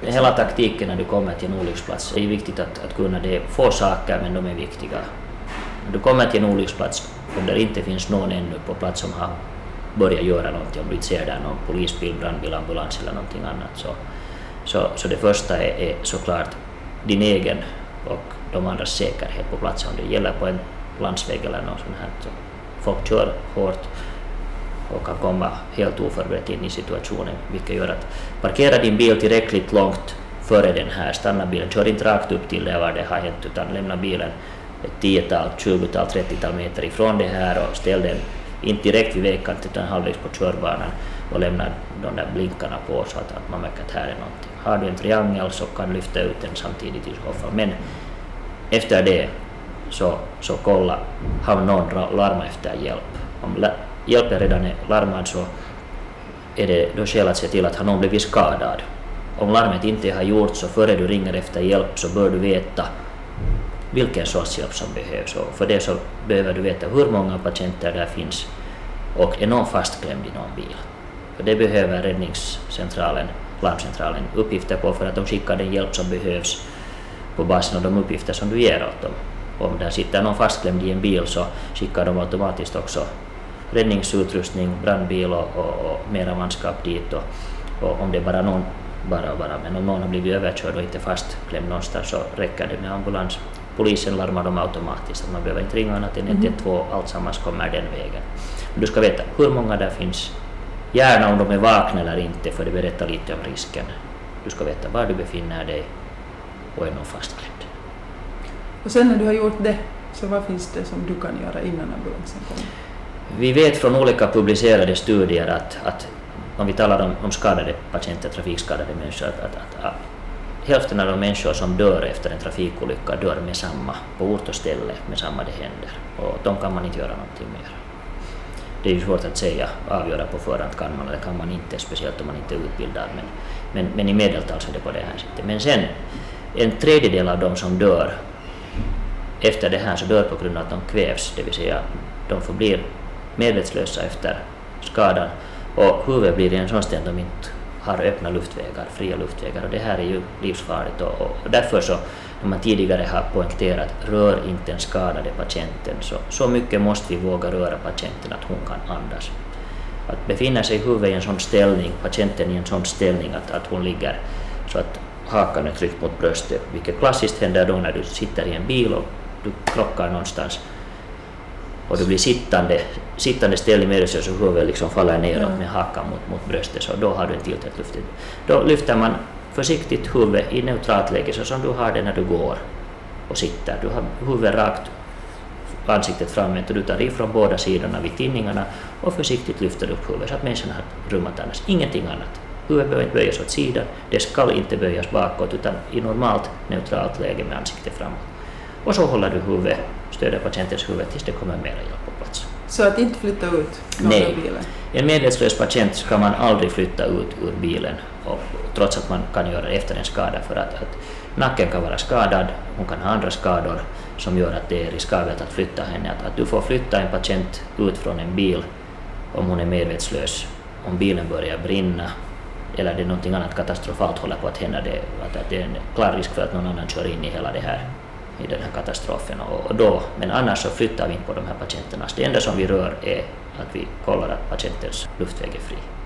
Hela taktiken när du kommer till en olycksplats är viktigt att kunna det. Få saker, men de är viktiga. När du kommer till en olycksplats, om det inte finns någon ännu på plats som har börjat göra någonting, om du inte ser där någon polisbil, brandbil, ambulans eller någonting annat, så det första är såklart din egen och de andras säkerhet på platsen. Om det gäller på en landsväg eller något sånt här, så folk kör hårt och kan komma helt oförberett in i situationen, vilket gör att parkera din bil tillräckligt långt före den här, stanna bilen, kör inte rakt upp till det var det har hänt, utan lämna bilen ett 10-tal, 20-tal, 30-tal meter ifrån det här och ställ den inte direkt vid vägkanten utan halvvägs på körbanan och lämna de där blinkarna på så att man märker att här är någonting. Har du en triangel så kan du lyfta ut den samtidigt i så fall, men efter det så kolla, har någon larma efter hjälp. Om hjälpen redan är larmad så är det då skäl att se till att har någon blivit skadad. Om larmet inte har gjorts så före du ringer efter hjälp så bör du veta vilken sorts hjälp som behövs. Och för det så behöver du veta hur många patienter där finns och är någon fastklämd i någon bil. För det behöver räddningscentralen, larmcentralen uppgifter på för att de skickar den hjälp som behövs på basen av de uppgifter som du ger åt dem. Om där sitter någon fastklämd i en bil så skickar de automatiskt också räddningsutrustning, brandbil och mera manskap dit. Och om det är bara någon, men om någon har blivit överkörd och inte fastklämd någonstans så räcker det med ambulans. Polisen larmar dem automatiskt, att man behöver inte ringa annat än 112, allt sammans kommer den vägen. Men du ska veta hur många där finns, gärna om de är vakna eller inte, för det berättar lite om risken. Du ska veta var du befinner dig och är någon fastklämd. Och sen när du har gjort det, så vad finns det som du kan göra innan ambulansen kommer? Vi vet från olika publicerade studier att om vi talar om skadade patienter, trafikskadade människor, att hälften av de människor som dör efter en trafikolycka dör med samma, på ort och ställe, med samma det händer. Och de kan man inte göra någonting mer. Det är ju svårt att säga, avgöra på förhand kan man eller kan man inte, speciellt om man inte är utbildad. Men i medeltal så är det på det här sättet. Men sen, en tredjedel av de som dör efter det här så dör på grund av att de kvävs, det vill säga de förblir medvetslösa efter skadan och huvudet blir i en sån ständ de inte har öppna luftvägar, fria luftvägar, och det här är ju livsfarligt och därför så, när man tidigare har poängterat rör inte den skadade patienten, så mycket måste vi våga röra patienten att hon kan andas. Att befinna sig huvudet i en sån ställning, patienten i en sån ställning att hon ligger så att hakan är tryckt mot bröstet, vilket klassiskt händer då när du sitter i en bil och du krockar någonstans och du blir sittande ställning med så huvudet liksom faller neråt med hakan mot bröstet, så då har du en tilltätt luft. Då lyfter man försiktigt huvudet i neutralt läge så som du har det när du går och sitter. Du har huvudet rakt, ansiktet framåt och du tar ifrån båda sidorna vid tinningarna och försiktigt lyfter upp huvudet så att människan har rum att andas. Ingenting annat. Huvudet behöver inte böjas åt sidan, det ska inte böjas bakåt utan i normalt neutralt läge med ansiktet framåt. Och så håller du huvudet, stöder patientens huvud tills det kommer mera hjälp på plats. Så att inte flytta ut någon ur bilen? En medvetslös patient ska man aldrig flytta ut ur bilen, och trots att man kan göra det efter en skada, för att nacken kan vara skadad, hon kan ha andra skador som gör att det är riskabelt att flytta henne. Att du får flytta en patient ut från en bil om hon är medvetslös, om bilen börjar brinna eller det är något annat katastrofalt håller på att hända, att det är en klar risk för att någon annan kör in i hela det här, i den här katastrofen. Och då, men annars så flyttar vi inte på de här patienterna. Det enda som vi rör är att vi kollar att patientens luftväg är fri.